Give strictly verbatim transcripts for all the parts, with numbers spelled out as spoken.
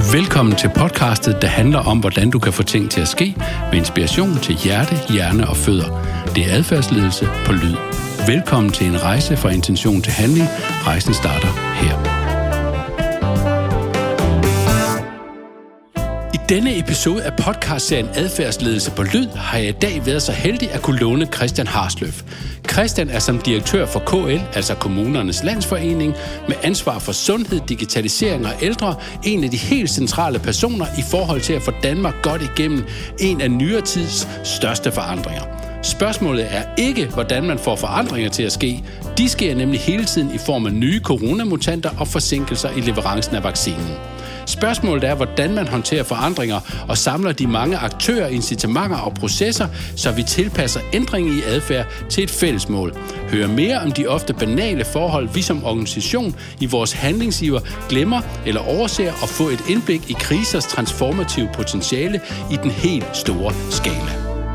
Velkommen til podcastet, der handler om, hvordan du kan få ting til at ske med inspiration til hjerte, hjerne og fødder. Det er adfærdsledelse på lyd. Velkommen til en rejse fra intention til handling. Rejsen starter her. I denne episode af podcastserien Adfærdsledelse på lyd har jeg i dag været så heldig at kunne låne Christian Harsløf. Christian er som direktør for K L, altså Kommunernes Landsforening, med ansvar for sundhed, digitalisering og ældre, en af de helt centrale personer i forhold til at få Danmark godt igennem en af nyere tids største forandringer. Spørgsmålet er ikke, hvordan man får forandringer til at ske. De sker nemlig hele tiden i form af nye coronamutanter og forsinkelser i leverancen af vaccinen. Spørgsmålet er, hvordan man håndterer forandringer og samler de mange aktører, incitamenter og processer, så vi tilpasser ændringen i adfærd til et fælles mål. Hør mere om de ofte banale forhold, vi som organisation i vores handlingsiver glemmer eller overser, og få et indblik i krisers transformative potentiale i den helt store skala.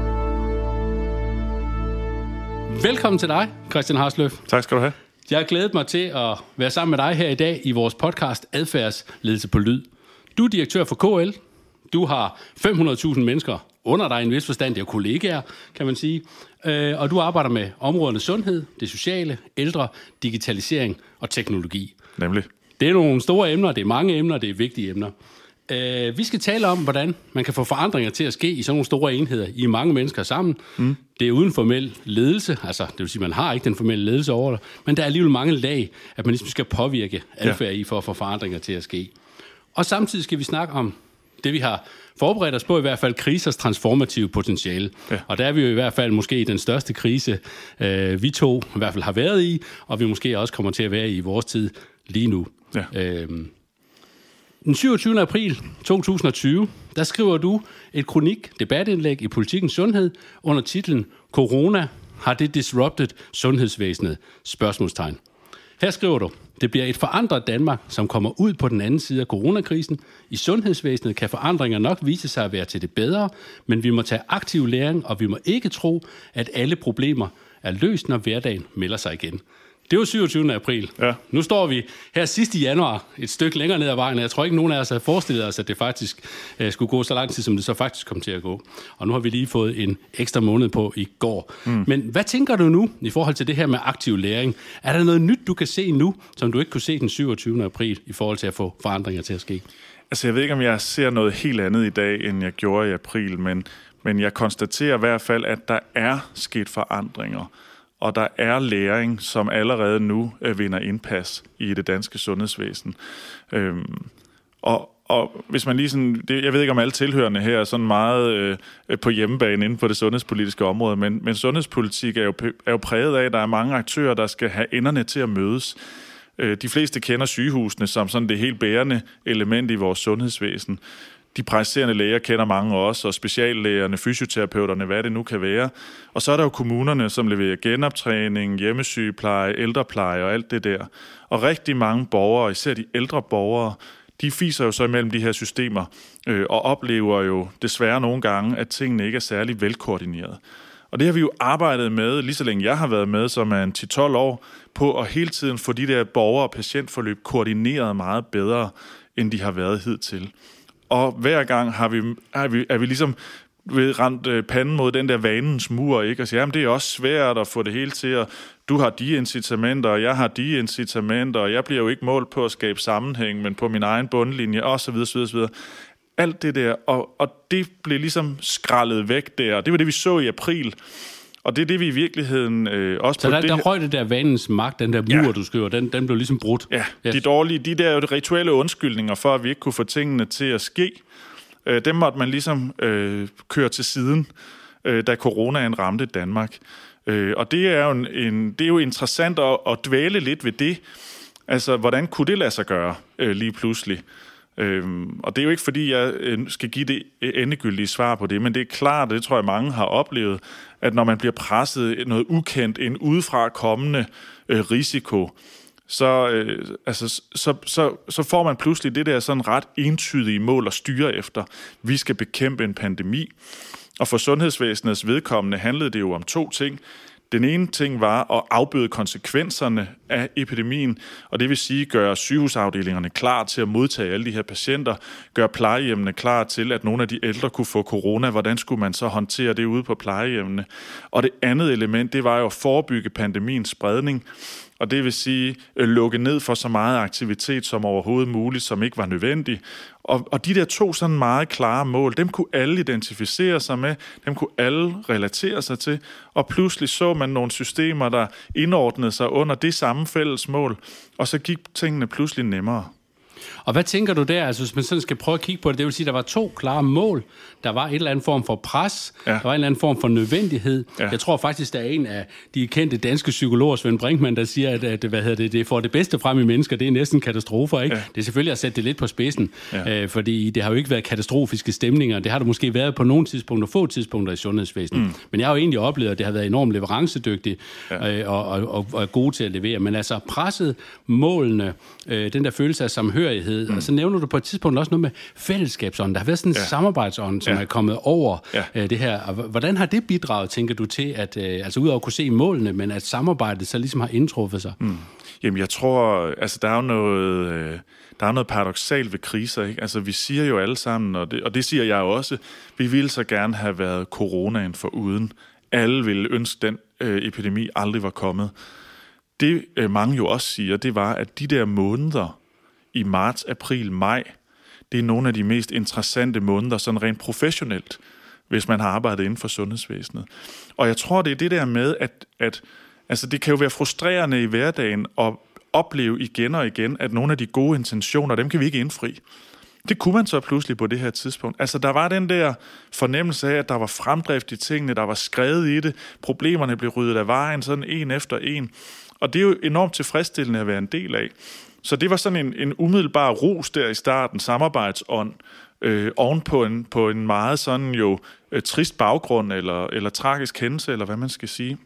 Velkommen til dig, Christian Harsløf. Tak skal du have. Jeg har glædet mig til at være sammen med dig her i dag i vores podcast Adfærdsledelse på lyd. Du er direktør for K L. Du har fem hundrede tusind mennesker under dig i en vis forstand. Det er kollegaer, kan man sige. Og du arbejder med områderne sundhed, det sociale, ældre, digitalisering og teknologi. Nemlig. Det er nogle store emner, det er mange emner, det er vigtige emner. Uh, vi skal tale om, hvordan man kan få forandringer til at ske i sådan nogle store enheder, i mange mennesker sammen. Mm. Det er uden formel ledelse, altså det vil sige, man har ikke den formelle ledelse over det, men der er alligevel mange lag, at man ligesom skal påvirke adfærd ja. i for at få forandringer til at ske. Og samtidig skal vi snakke om det, vi har forberedt os på, i hvert fald krisers transformative potentiale. Ja. Og der er vi jo i hvert fald måske i den største krise, uh, vi to i hvert fald har været i, og vi måske også kommer til at være i vores tid lige nu. Ja. Uh, Den syvogtyvende april to tusind og tyve, der skriver du et kronik-debatindlæg i Politikens Sundhed under titlen Corona har det disrupted sundhedsvæsenet? Spørgsmålstegn. Her skriver du, det bliver et forandret Danmark, som kommer ud på den anden side af coronakrisen. I sundhedsvæsenet kan forandringer nok vise sig at være til det bedre, men vi må tage aktiv læring, og vi må ikke tro, at alle problemer er løst, når hverdagen melder sig igen. Det var syvogtyvende april. Ja. Nu står vi her sidst i januar, et stykke længere ned ad vejen. Jeg tror ikke, nogen af os havde forestillet os, at det faktisk uh, skulle gå så lang tid, som det så faktisk kom til at gå. Og nu har vi lige fået en ekstra måned på i går. Mm. Men hvad tænker du nu i forhold til det her med aktiv læring? Er der noget nyt, du kan se nu, som du ikke kunne se den syvogtyvende april, i forhold til at få forandringer til at ske? Altså, jeg ved ikke, om jeg ser noget helt andet i dag, end jeg gjorde i april, men, men jeg konstaterer i hvert fald, at der er sket forandringer. Og der er læring, som allerede nu øh, vinder indpas i det danske sundhedsvæsen. Øhm, og, og hvis man lige sådan, det, jeg ved ikke om alle tilhørende her er sådan meget øh, på hjemmebane inden for det sundhedspolitiske område, men, men sundhedspolitik er jo, er jo præget af, at der er mange aktører, der skal have enderne til at mødes. Øh, de fleste kender sygehusene som sådan det helt bærende element i vores sundhedsvæsen. De praktiserende læger kender mange også, og speciallægerne, fysioterapeuterne, hvad det nu kan være. Og så er der jo kommunerne, som leverer genoptræning, hjemmesygepleje, ældrepleje og alt det der. Og rigtig mange borgere, især de ældre borgere, de fiser jo så imellem de her systemer øh, og oplever jo desværre nogle gange, at tingene ikke er særlig velkoordineret. Og det har vi jo arbejdet med, lige så længe jeg har været med, som er en ti til tolv år, på at hele tiden få de der borgere- og patientforløb koordineret meget bedre, end de har været hidtil. Og hver gang har vi, er, vi, er vi ligesom ramt panden mod den der vanens mur, ikke? Og siger, jamen det er også svært at få det hele til, og du har de incitamenter, og jeg har de incitamenter, og jeg bliver jo ikke målt på at skabe sammenhæng, men på min egen bundlinje, og så videre, så videre, så videre. Alt det der, og, og det blev ligesom skrællet væk der, og det var det, vi så i april. Og det er det, vi i virkeligheden øh, også... Så på der, det der røg det der vanens magt, den der mur, ja. du skriver, den, den blev ligesom brudt. Ja, yes. de dårlige, de der rituelle undskyldninger for, at vi ikke kunne få tingene til at ske, øh, dem måtte man ligesom øh, køre til siden, øh, da coronaen ramte Danmark. Øh, og det er, jo en, en, det er jo interessant at, at dvæle lidt ved det. Altså, hvordan kunne det lade sig gøre øh, lige pludselig? Øhm, og det er jo ikke, fordi jeg øh, skal give det endegyldige svar på det, men det er klart, og det tror jeg mange har oplevet, at når man bliver presset noget ukendt, en udefra kommende øh, risiko, så, øh, altså, så, så, så får man pludselig det der sådan ret entydige mål at styre efter. Vi skal bekæmpe en pandemi, og for sundhedsvæsenets vedkommende handlede det jo om to ting. Den ene ting var at afbøde konsekvenserne af epidemien, og det vil sige gøre sygehusafdelingerne klar til at modtage alle de her patienter, gøre plejehjemmene klar til, at nogle af de ældre kunne få corona. Hvordan skulle man så håndtere det ude på plejehjemmene? Og det andet element, det var jo at forebygge pandemiens spredning, og det vil sige øh, lukke ned for så meget aktivitet som overhovedet muligt, som ikke var nødvendig. Og, og de der to sådan meget klare mål, dem kunne alle identificere sig med, dem kunne alle relatere sig til, og pludselig så man nogle systemer, der indordnede sig under det samme fælles mål, og så gik tingene pludselig nemmere. Og hvad tænker du der, altså hvis man sådan skal prøve at kigge på det, det vil sige, at der var to klare mål. Der var et eller andet form for pres, ja. Der var en eller anden form for nødvendighed. Ja. Jeg tror faktisk, der er en af de kendte danske psykologer, Svend Brinkmann, der siger, at, at hvad hedder det, det får det bedste frem i mennesker, det er næsten katastrofer, ikke? Ja. Det er selvfølgelig at sætte det lidt på spidsen, ja. øh, fordi det har jo ikke været katastrofiske stemninger. Det har det måske været på nogle tidspunkter, få tidspunkter i sundhedsvæsenet. Mm. Men jeg har jo egentlig oplevet, at det har været enormt leverancedygtigt ja. øh, og, og, og, og er gode til at levere. Men altså presset, målene, øh, den der følelse af samhørighed, mm. og så nævner du på et tidspunkt også noget med fællesskabsånd. Der har været sådan en ja. samarbejdsånd, som ja. er kommet over ja. øh, det her. Og hvordan har det bidraget, tænker du, til, at øh, altså udover at kunne se målene, men at samarbejdet så ligesom har indtruffet sig? Mm. Jamen, jeg tror, altså der er jo noget, øh, der er noget paradoksalt ved kriser, ikke? Altså, vi siger jo alle sammen, og det, og det siger jeg også, vi ville så gerne have været coronaen foruden. Alle ville ønske, den øh, epidemi aldrig var kommet. Det øh, mange jo også siger, det var, at de der måneder i marts, april, maj, det er nogle af de mest interessante måneder, sådan rent professionelt, hvis man har arbejdet inden for sundhedsvæsenet. Og jeg tror, det er det der med, at, at altså, det kan jo være frustrerende i hverdagen at opleve igen og igen, at nogle af de gode intentioner, dem kan vi ikke indfri. Det kunne man så pludselig på det her tidspunkt. Altså, der var den der fornemmelse af, at der var fremdrift i tingene, der var skrevet i det, problemerne blev ryddet af vejen, sådan en efter en. Og det er jo enormt tilfredsstillende at være en del af. Så det var sådan en, en umiddelbar ros der i starten, samarbejdsånd, øh, oven på en, på en meget sådan jo øh, trist baggrund, eller, eller tragisk hændelse, eller hvad man skal sige.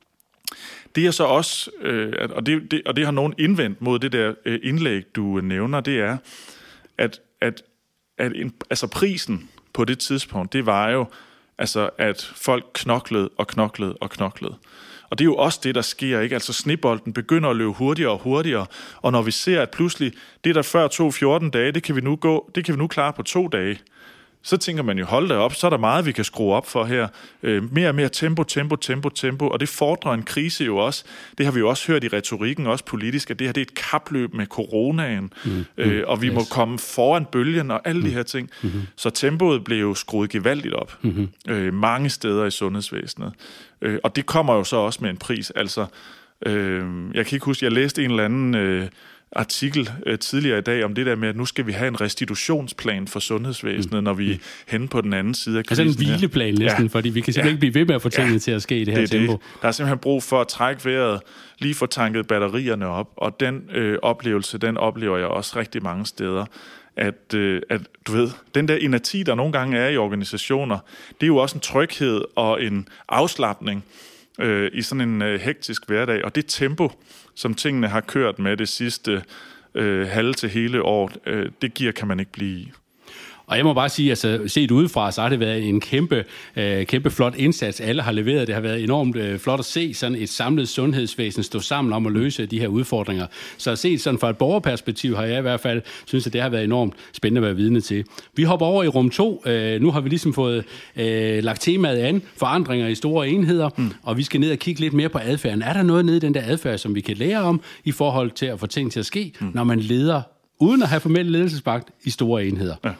Det er så også, øh, og, det, det, og det har nogen indvendt mod det der øh, indlæg, du nævner, det er, at, at, at en, altså prisen på det tidspunkt, det var jo, altså, at folk knoklede og knoklede og knoklede. Og det er jo også det, der sker, ikke? Altså snebolden begynder at løbe hurtigere og hurtigere, og når vi ser, at pludselig det, der før tog fjorten dage, det kan vi nu gå, det kan vi nu klare på to dage, så tænker man jo, hold da op, så er der meget, vi kan skrue op for her. Øh, mere og mere tempo, tempo, tempo, tempo, og det fordrer en krise jo også. Det har vi jo også hørt i retorikken, også politisk, at det her det er et kapløb med coronaen, mm, øh, og vi yes. må komme foran bølgen og alle mm, de her ting. Mm-hmm. Så tempoet blev jo skruet gevaldigt op mm-hmm. øh, mange steder i sundhedsvæsenet. Øh, og det kommer jo så også med en pris. Altså, øh, jeg kan ikke huske, jeg læste en eller anden Øh, artikel øh, tidligere i dag om det der med, at nu skal vi have en restitutionsplan for sundhedsvæsenet, mm. når vi er henne på den anden side af krisen. Altså en hvileplan næsten, ja. Fordi vi kan simpelthen ja. ikke blive ved med at få tingene ja. til at ske i det her det tempo. Det. Der er simpelthen brug for at trække vejret, lige få tanket batterierne op, og den øh, oplevelse, den oplever jeg også rigtig mange steder. At, øh, at du ved, den der inerti, der nogle gange er i organisationer, det er jo også en tryghed og en afslapning øh, i sådan en øh, hektisk hverdag, og det tempo, som tingene har kørt med det sidste øh, halve til hele år, øh, det gear kan man ikke blive i. Og jeg må bare sige, altså set udefra, så har det været en kæmpe, øh, kæmpe flot indsats. Alle har leveret. Det har været enormt øh, flot at se sådan et samlet sundhedsvæsen stå sammen om at løse de her udfordringer. Så set sådan fra et borgerperspektiv har jeg i hvert fald synes, at det har været enormt spændende at være vidne til. Vi hopper over i rum to. Øh, nu har vi ligesom fået øh, lagt temaet an, forandringer i store enheder, mm. og vi skal ned og kigge lidt mere på adfærden. Er der noget nede i den der adfærd, som vi kan lære om i forhold til at få ting til at ske, mm. når man leder uden at have formel ledelsesmagt i store enheder? Ja.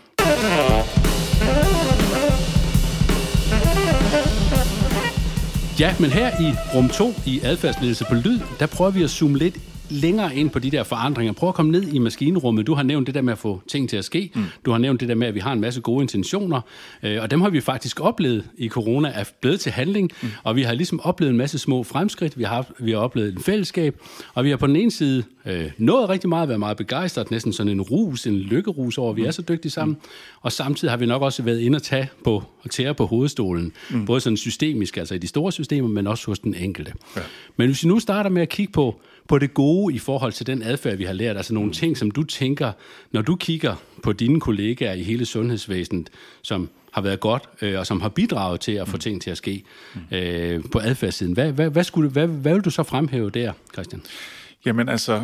Ja, men her i rum to i adfærdsledelse på lyd, der prøver vi at zoome lidt længere ind på de der forandringer. Prøv at komme ned i maskinrummet. Du har nævnt det der med at få ting til at ske. Mm. Du har nævnt det der med, at vi har en masse gode intentioner. Og dem har vi faktisk oplevet i corona, er blevet til handling. Mm. Og vi har ligesom oplevet en masse små fremskridt. Vi har, vi har oplevet en fællesskab. Og vi har på den ene side øh, nået rigtig meget, været meget begejstret. Næsten sådan en rus, en lykkerus over, at vi mm. er så dygtige sammen. Mm. Og samtidig har vi nok også været inde og tage på og tære på hovedstolen. Mm. Både sådan systemisk, altså i de store systemer, men også hos den enkelte. Ja. Men hvis vi nu starter med at kigge på på det gode i forhold til den adfærd, vi har lært, altså nogle ting, som du tænker, når du kigger på dine kollegaer i hele sundhedsvæsenet, som har været godt, øh, og som har bidraget til at få mm. ting til at ske øh, på adfærdssiden. Hvad, hvad, hvad, skulle, hvad, hvad vil du så fremhæve der, Christian? Jamen altså,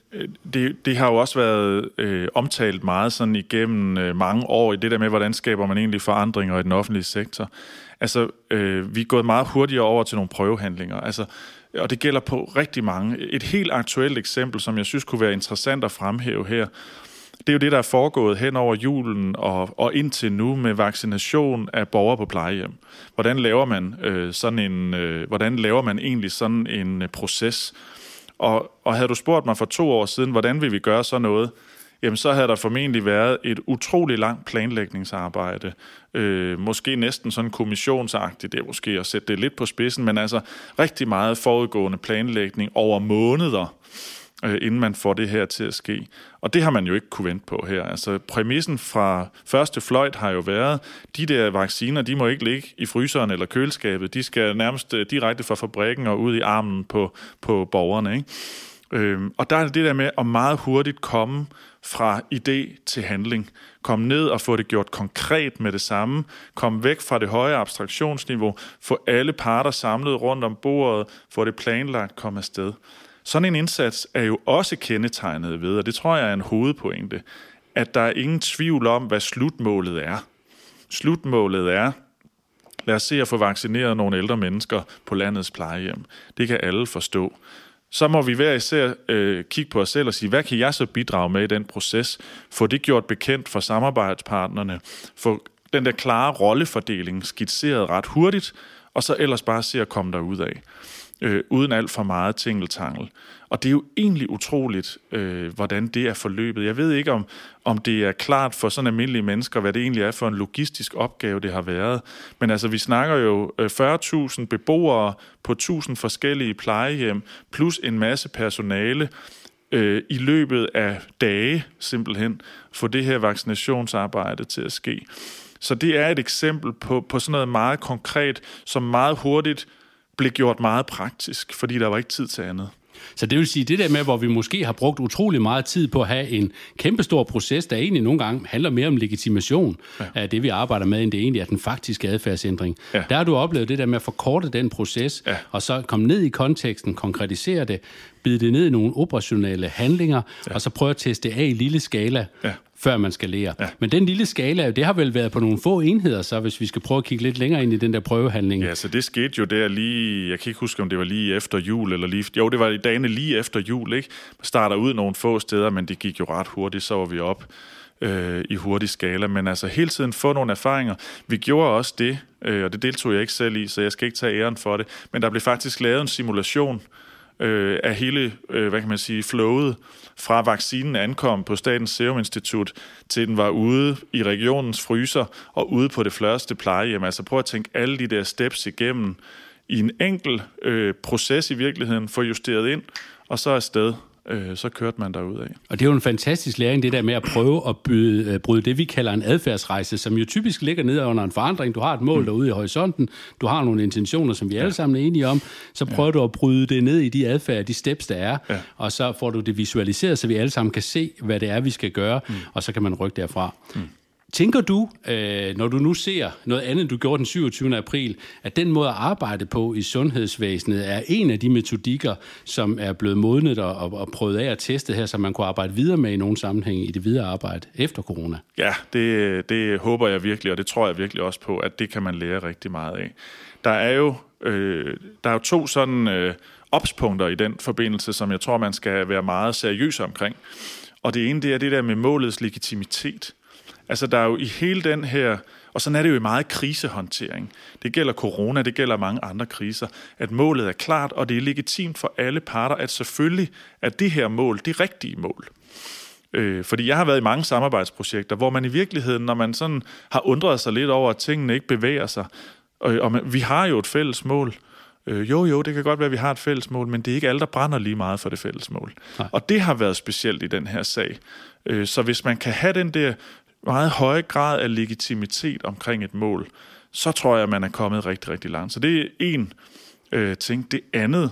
det, det har jo også været øh, omtalt meget sådan igennem øh, mange år i det der med, hvordan skaber man egentlig forandringer i den offentlige sektor. Altså, øh, vi er gået meget hurtigere over til nogle prøvehandlinger, altså, og det gælder på rigtig mange. Et helt aktuelt eksempel, som jeg synes kunne være interessant at fremhæve her, det er jo det, der er foregået hen over julen og, og indtil nu med vaccination af borgere på plejehjem. Hvordan laver man øh, sådan en, øh, hvordan laver man egentlig sådan en øh, proces? Og, og havde du spurgt mig for to år siden, hvordan vil vi gøre så noget, jamen så havde der formentlig været et utrolig langt planlægningsarbejde. Øh, måske næsten sådan kommissionsagtigt, det er måske at sætte det lidt på spidsen, men altså rigtig meget forudgående planlægning over måneder, øh, inden man får det her til at ske. Og det har man jo ikke kunne vente på her. Altså præmissen fra første fløjt har jo været, de der vacciner, de må ikke ligge i fryseren eller køleskabet. De skal nærmest direkte fra fabrikken og ud i armen på, på borgerne, ikke? Øhm, og der er det der med at meget hurtigt komme fra idé til handling. Komme ned og få det gjort konkret med det samme. Komme væk fra det høje abstraktionsniveau. Få alle parter samlet rundt om bordet. Få det planlagt, komme afsted. Sådan en indsats er jo også kendetegnet ved, og det tror jeg er en hovedpointe, at der er ingen tvivl om, hvad slutmålet er. Slutmålet er, lad os se at få vaccineret nogle ældre mennesker på landets plejehjem. Det kan alle forstå. Så må vi hver især øh, kigge på os selv og sige, hvad kan jeg så bidrage med i den proces? Få det gjort bekendt for samarbejdspartnerne. Få den der klare rollefordeling skitseret ret hurtigt, og så ellers bare se at komme derud af. Øh, uden alt for meget tingeltangel. Og det er jo egentlig utroligt, øh, hvordan det er forløbet. Jeg ved ikke, om, om det er klart for sådan almindelige mennesker, hvad det egentlig er for en logistisk opgave, det har været. Men altså, vi snakker jo øh, fyrre tusind beboere på tusind forskellige plejehjem, plus en masse personale øh, i løbet af dage, simpelthen, for det her vaccinationsarbejde til at ske. Så det er et eksempel på, på sådan noget meget konkret, som meget hurtigt blev gjort meget praktisk, fordi der var ikke tid til andet. Så det vil sige, det der med, hvor vi måske har brugt utrolig meget tid på at have en kæmpestor proces, der egentlig nogle gange handler mere om legitimation ja. af det, vi arbejder med, end det egentlig er den faktiske adfærdsændring. Ja. Der har du oplevet det der med at forkorte den proces, ja. og så komme ned i konteksten, konkretisere det, bide det ned i nogle operationelle handlinger, ja. og så prøve at teste det af i lille skala, ja. før man skalerer. Ja. Men den lille skala, det har vel været på nogle få enheder, så hvis vi skal prøve at kigge lidt længere ind i den der prøvehandling. Ja, så det skete jo der lige, jeg kan ikke huske, om det var lige efter jul, eller lige, jo, det var i dagene lige efter jul, ikke? Man starter ud nogle få steder, men det gik jo ret hurtigt, så var vi op øh, i hurtig skala. Men altså hele tiden få nogle erfaringer. Vi gjorde også det, øh, og det deltog jeg ikke selv i, så jeg skal ikke tage æren for det, men der blev faktisk lavet en simulation øh, af hele, øh, hvad kan man sige, flowet, fra vaccinen ankom på Statens Serum Institut, til den var ude i regionens fryser og ude på det første plejehjem. Altså prøv at tænke alle de der steps igennem i en enkel øh, proces i virkeligheden, få justeret ind, og så afsted. Øh, så kørte man derudad. Og det er jo en fantastisk læring, det der med at prøve at byde, bryde det, vi kalder en adfærdsrejse, som jo typisk ligger nede under en forandring. Du har et mål mm. derude i horisonten, du har nogle intentioner, som vi ja. alle sammen er enige om, så prøver ja. du at bryde det ned i de adfærd, de steps, der er, ja. og så får du det visualiseret, så vi alle sammen kan se, hvad det er, vi skal gøre, mm. og så kan man rykke derfra. Mm. Tænker du, øh, når du nu ser noget andet, du gjorde den syvogtyvende april, at den måde at arbejde på i sundhedsvæsenet er en af de metodikker, som er blevet modnet og, og prøvet af at teste her, så man kunne arbejde videre med i nogle sammenhæng i det videre arbejde efter corona? Ja, det, det håber jeg virkelig, og det tror jeg virkelig også på, at det kan man lære rigtig meget af. Der er jo, øh, der er jo to sådan øh, opspunkter i den forbindelse, som jeg tror, man skal være meget seriøs omkring. Og det ene, det er det der med målets legitimitet. Altså, der er jo i hele den her, og sådan er det jo i meget krisehåndtering. Det gælder corona, det gælder mange andre kriser, at målet er klart, og det er legitimt for alle parter, at selvfølgelig er det her mål det rigtige mål. Øh, fordi jeg har været i mange samarbejdsprojekter, hvor man i virkeligheden, når man sådan har undret sig lidt over, at tingene ikke bevæger sig, og, og man, vi har jo et fælles mål. Øh, jo, jo, det kan godt være, at vi har et fælles mål, men det er ikke alle, der brænder lige meget for det fælles mål. Nej. Og det har været specielt i den her sag. Øh, så hvis man kan have den der meget høj grad af legitimitet omkring et mål, så tror jeg, at man er kommet rigtig, rigtig langt. Så det er en øh, ting. Det andet,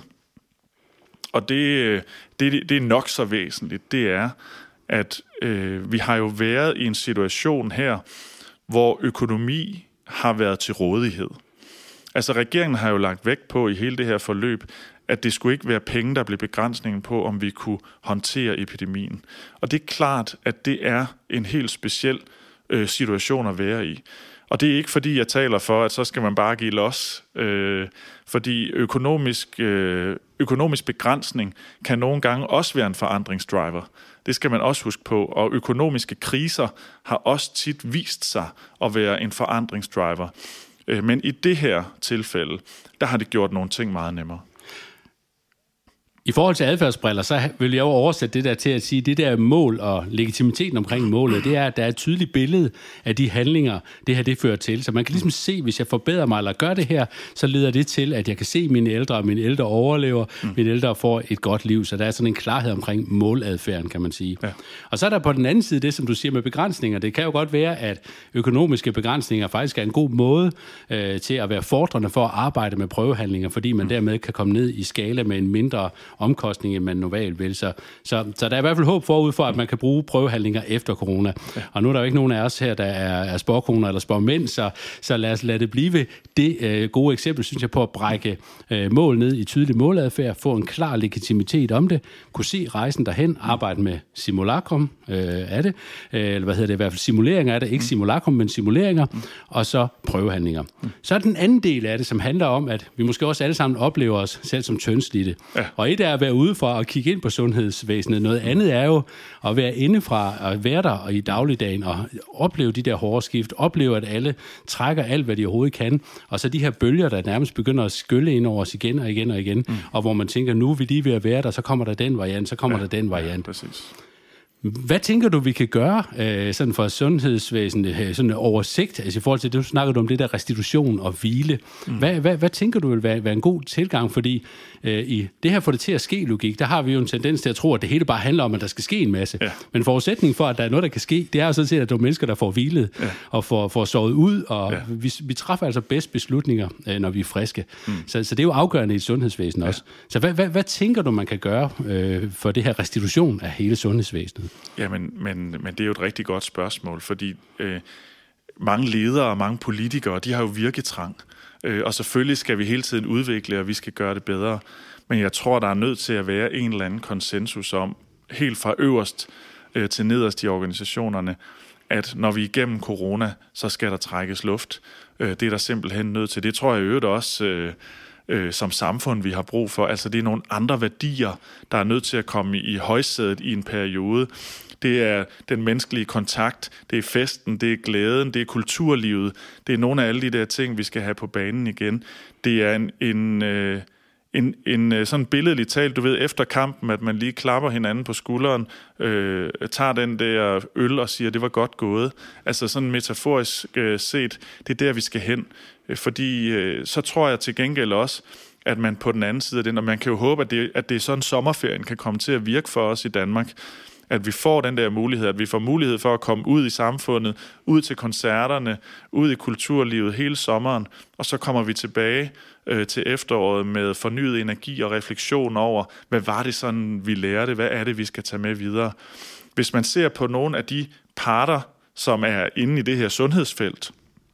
og det, det, det er nok så væsentligt, det er, at øh, vi har jo været i en situation her, hvor økonomi har været til rådighed. Altså regeringen har jo lagt vægt på i hele det her forløb, at det skulle ikke være penge, der blev begrænsningen på, om vi kunne håndtere epidemien. Og det er klart, at det er en helt speciel øh, situation at være i. Og det er ikke fordi, jeg taler for, at så skal man bare give los, øh, fordi økonomisk, øh, økonomisk begrænsning kan nogle gange også være en forandringsdriver. Det skal man også huske på, og økonomiske kriser har også tit vist sig at være en forandringsdriver. Øh, men i det her tilfælde, der har det gjort nogle ting meget nemmere. I forhold til adfærdsbriller, så vil jeg jo oversætte det der til at sige, at det der mål og legitimiteten omkring målet, det er, at der er et tydeligt billede af de handlinger, det her det fører til. Så man kan ligesom se, hvis jeg forbedrer mig eller gør det her, så leder det til, at jeg kan se mine ældre, og mine ældre overlever, mm. mine ældre får et godt liv. Så der er sådan en klarhed omkring måladfærden, kan man sige. Ja. Og så er der på den anden side det, som du siger med begrænsninger. Det kan jo godt være, at økonomiske begrænsninger faktisk er en god måde øh, til at være fordrende for at arbejde med prøvehandlinger, fordi man mm. dermed kan komme ned i skala med en mindre omkostning, end man normalt vil. Så, så, så der er i hvert fald håb forud for, at man kan bruge prøvehandlinger efter corona. Ja. Og nu er der jo ikke nogen af os her, der er, er spåkoner eller spåmænd, så, så lad os lade det blive det øh, gode eksempel, synes jeg, på at brække øh, mål ned i tydelig måladfærd, få en klar legitimitet om det, kunne se rejsen derhen, arbejde med simulakrum øh, af det, øh, eller hvad hedder det, i hvert fald simuleringer af det, ikke simulakrum, men simuleringer, mm. og så prøvehandlinger. Mm. Så er den anden del af det, som handler om, at vi måske også alle sammen oplever os selv som tyndslidte. Ja. Og et er at være udefra og kigge ind på sundhedsvæsenet. Noget andet er jo at være indefra og være der og i dagligdagen og opleve de der hårde skift, opleve, at alle trækker alt, hvad de overhovedet kan, og så de her bølger, der nærmest begynder at skylle ind over os igen og igen og igen, mm. og hvor man tænker, nu er vi lige ved at være der, så kommer der den variant, så kommer ja. der den variant. Ja, præcis. Hvad tænker du, vi kan gøre øh, sådan for sundhedsvæsenet, sådan en oversigt, altså i forhold til det, du snakkede om det der restitution og hvile. Mm. Hvad, hvad, hvad tænker du vil være, være en god tilgang? Fordi øh, i det her får det til at ske logik, der har vi jo en tendens til at tro, at det hele bare handler om, at der skal ske en masse. Ja. Men forudsætningen for, at der er noget, der kan ske, det er jo sådan set, at der er mennesker, der får hvilet ja. og får, får sovet ud, og ja. vi, vi træffer altså bedst beslutninger, øh, når vi er friske. Mm. Så, så det er jo afgørende i et sundhedsvæsen ja. også. Så hvad, hvad, hvad tænker du, man kan gøre øh, for det her restitution af hele sundhedsvæsenet? Ja, men, men, men det er jo et rigtig godt spørgsmål, fordi øh, mange ledere og mange politikere, de har jo virketrang, øh, og selvfølgelig skal vi hele tiden udvikle, og vi skal gøre det bedre. Men jeg tror, der er nødt til at være en eller anden konsensus om, helt fra øverst øh, til nederst i organisationerne, at når vi er igennem corona, så skal der trækkes luft. Øh, det er der simpelthen nødt til. Det tror jeg i øvrigt også... Øh, Øh, som samfund, vi har brug for. Altså, det er nogle andre værdier, der er nødt til at komme i, i højsædet i en periode. Det er den menneskelige kontakt, det er festen, det er glæden, det er kulturlivet. Det er nogle af alle de der ting, vi skal have på banen igen. Det er en, en, øh, en, en sådan billedlig talt, du ved, efter kampen, at man lige klapper hinanden på skulderen, øh, tager den der øl og siger, det var godt gået. Altså sådan metaforisk øh, set, det er der, vi skal hen. Fordi øh, så tror jeg til gengæld også, at man på den anden side af den, og man kan jo håbe, at det, at det er sådan sommerferien kan komme til at virke for os i Danmark, at vi får den der mulighed, at vi får mulighed for at komme ud i samfundet, ud til koncerterne, ud i kulturlivet hele sommeren, og så kommer vi tilbage øh, til efteråret med fornyet energi og refleksion over, hvad var det sådan, vi lærte, hvad er det, vi skal tage med videre. Hvis man ser på nogle af de parter, som er inde i det her sundhedsfelt,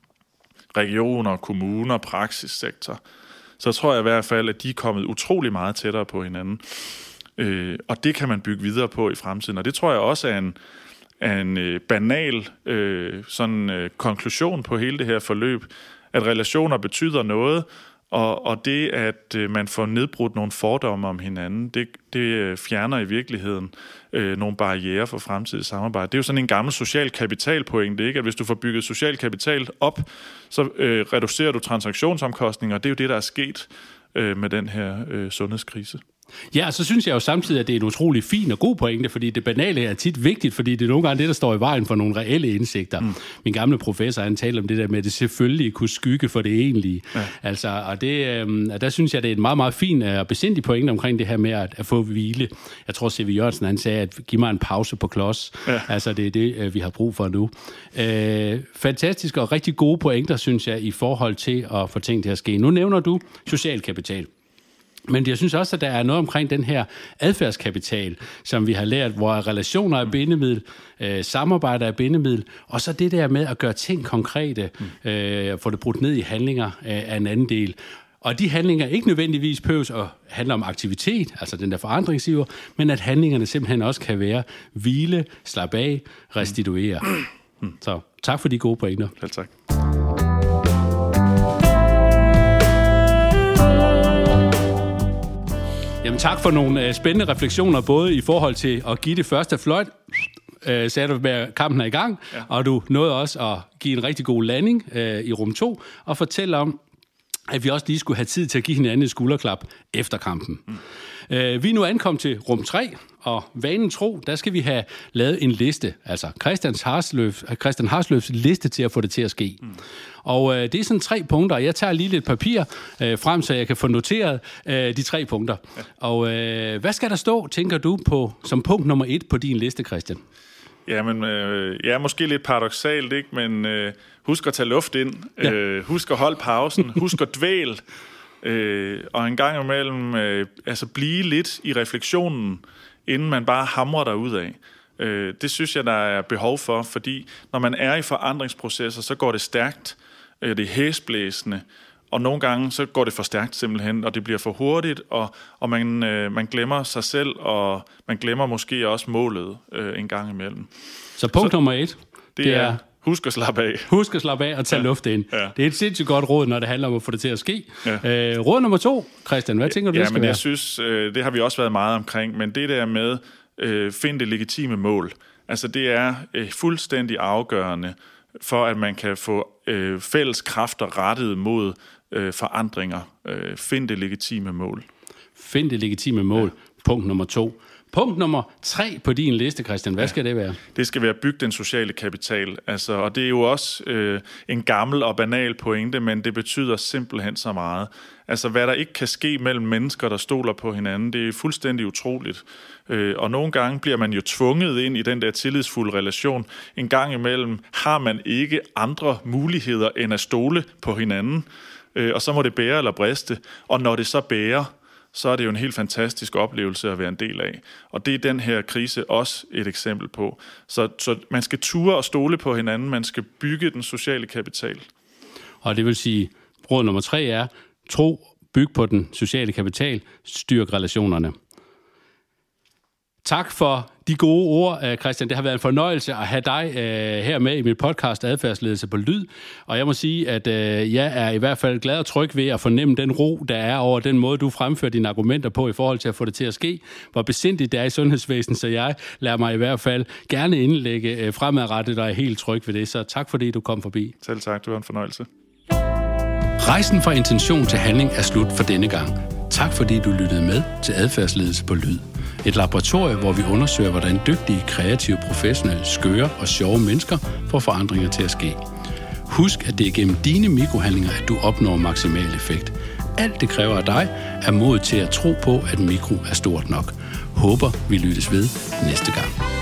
regioner, kommuner, praksissektor, så tror jeg i hvert fald, at de er kommet utrolig meget tættere på hinanden. Øh, og det kan man bygge videre på i fremtiden. Og det tror jeg også er en, er en øh, banal øh, sådan, øh, konklusion på hele det her forløb, at relationer betyder noget, og, og det, at øh, man får nedbrudt nogle fordomme om hinanden, det, det fjerner i virkeligheden øh, nogle barrierer for fremtidigt samarbejde. Det er jo sådan en gammel social kapitalpointe, ikke? At hvis du får bygget social kapital op, så øh, reducerer du transaktionsomkostninger, og det er jo det, der er sket øh, med den her øh, sundhedskrise. Ja, så synes jeg jo samtidig, at det er en utrolig fin og god pointe, fordi det banale er tit vigtigt, fordi det er nogle gange det, der står i vejen for nogle reelle indsigter. Mm. Min gamle professor, han talte om det der med, at det selvfølgelig kunne skygge for det egentlige. Ja. Altså, og det, øh, der synes jeg, det er en meget, meget fin og besindig pointe omkring det her med at, at få hvile. Jeg tror, C V Jørgensen, han sagde, at giv mig en pause på klods. Ja. Altså, det er det, vi har brug for nu. Øh, fantastiske og rigtig gode pointer, synes jeg, i forhold til at få ting til at ske. Nu nævner du social kapital. Men jeg synes også, at der er noget omkring den her adfærdskapital, som vi har lært, hvor relationer er bindemiddel, øh, samarbejde er bindemiddel, og så det der med at gøre ting konkrete, øh, få det brudt ned i handlinger øh, af en anden del. Og de handlinger ikke nødvendigvis behøves at handle om aktivitet, altså den der forandringsiver, men at handlingerne simpelthen også kan være hvile, slappe af, restituere. Mm. Så tak for de gode pointer. Selv tak. Jamen tak for nogle uh, spændende refleksioner, både i forhold til at give det første fløjt, uh, sagde du med, at kampen er i gang, ja. Og du nåede også at give en rigtig god landing uh, i rum to, og fortælle om, at vi også lige skulle have tid til at give hinanden et skulderklap efter kampen. Mm. Uh, vi er nu ankommet til rum tre, og vanen tro, der skal vi have lavet en liste, altså Christian Harsløf, Christian Harsløfs liste til at få det til at ske. Mm. Og øh, det er sådan tre punkter, jeg tager lige lidt papir øh, frem, så jeg kan få noteret øh, de tre punkter. Ja. Og øh, hvad skal der stå, tænker du, på som punkt nummer et på din liste, Christian? Jamen, øh, ja, måske lidt paradoksalt, ikke? Men øh, husk at tage luft ind, ja. øh, husk at holde pausen, husk at dvæle, øh, og en gang imellem øh, altså blive lidt i refleksionen, inden man bare hamrer derudad. Øh, det synes jeg, der er behov for, fordi når man er i forandringsprocesser, så går det stærkt, øh, det er hæsblæsende, og nogle gange så går det for stærkt simpelthen, og det bliver for hurtigt, og, og man, øh, man glemmer sig selv, og man glemmer måske også målet øh, en gang imellem. Så punkt så, nummer et, det, det er, er husk at slappe af. Husk at slappe af og tage ja. luft ind. Ja. Det er et sindssygt godt råd, når det handler om at få det til at ske. Ja. Øh, råd nummer to, Christian, hvad tænker du, ja, det skal men være? Jeg synes, øh, det har vi også været meget omkring, men det der med, øh, find det legitime mål, altså det er øh, fuldstændig afgørende for, at man kan få øh, fælles kræfter rettet mod øh, forandringer. Øh, find det legitime mål. Find det legitime mål. Ja. Punkt nummer to. Punkt nummer tre på din liste, Christian. Hvad ja, skal det være? Det skal være bygge den sociale kapital. Altså, og det er jo også øh, en gammel og banal pointe, men det betyder simpelthen så meget. Altså, hvad der ikke kan ske mellem mennesker, der stoler på hinanden, det er fuldstændig utroligt. Øh, og nogle gange bliver man jo tvunget ind i den der tillidsfulde relation. En gang imellem har man ikke andre muligheder end at stole på hinanden, øh, og så må det bære eller briste. Og når det så bærer, så er det jo en helt fantastisk oplevelse at være en del af. Og det er den her krise også et eksempel på. Så, så man skal ture og stole på hinanden, man skal bygge den sociale kapital. Og det vil sige, råd nummer tre er, tro, byg på den sociale kapital, styrk relationerne. Tak for de gode ord, Christian. Det har været en fornøjelse at have dig uh, her med i mit podcast Adfærdsledelse på Lyd. Og jeg må sige, at uh, jeg er i hvert fald glad og tryg ved at fornemme den ro, der er over den måde, du fremfører dine argumenter på i forhold til at få det til at ske. Hvor besindigt det er i sundhedsvæsenet, så jeg lader mig i hvert fald gerne indlægge uh, fremadrettet, og er helt tryg ved det. Så tak fordi du kom forbi. Selv tak, det var en fornøjelse. Rejsen fra intention til handling er slut for denne gang. Tak fordi du lyttede med til Adfærdsledelse på Lyd. Et laboratorium, hvor vi undersøger, hvordan dygtige, kreative, professionelle, skøre og sjove mennesker får forandringer til at ske. Husk, at det er gennem dine mikrohandlinger, at du opnår maksimal effekt. Alt det kræver af dig er mod til at tro på, at mikro er stort nok. Håber, vi lyttes ved næste gang.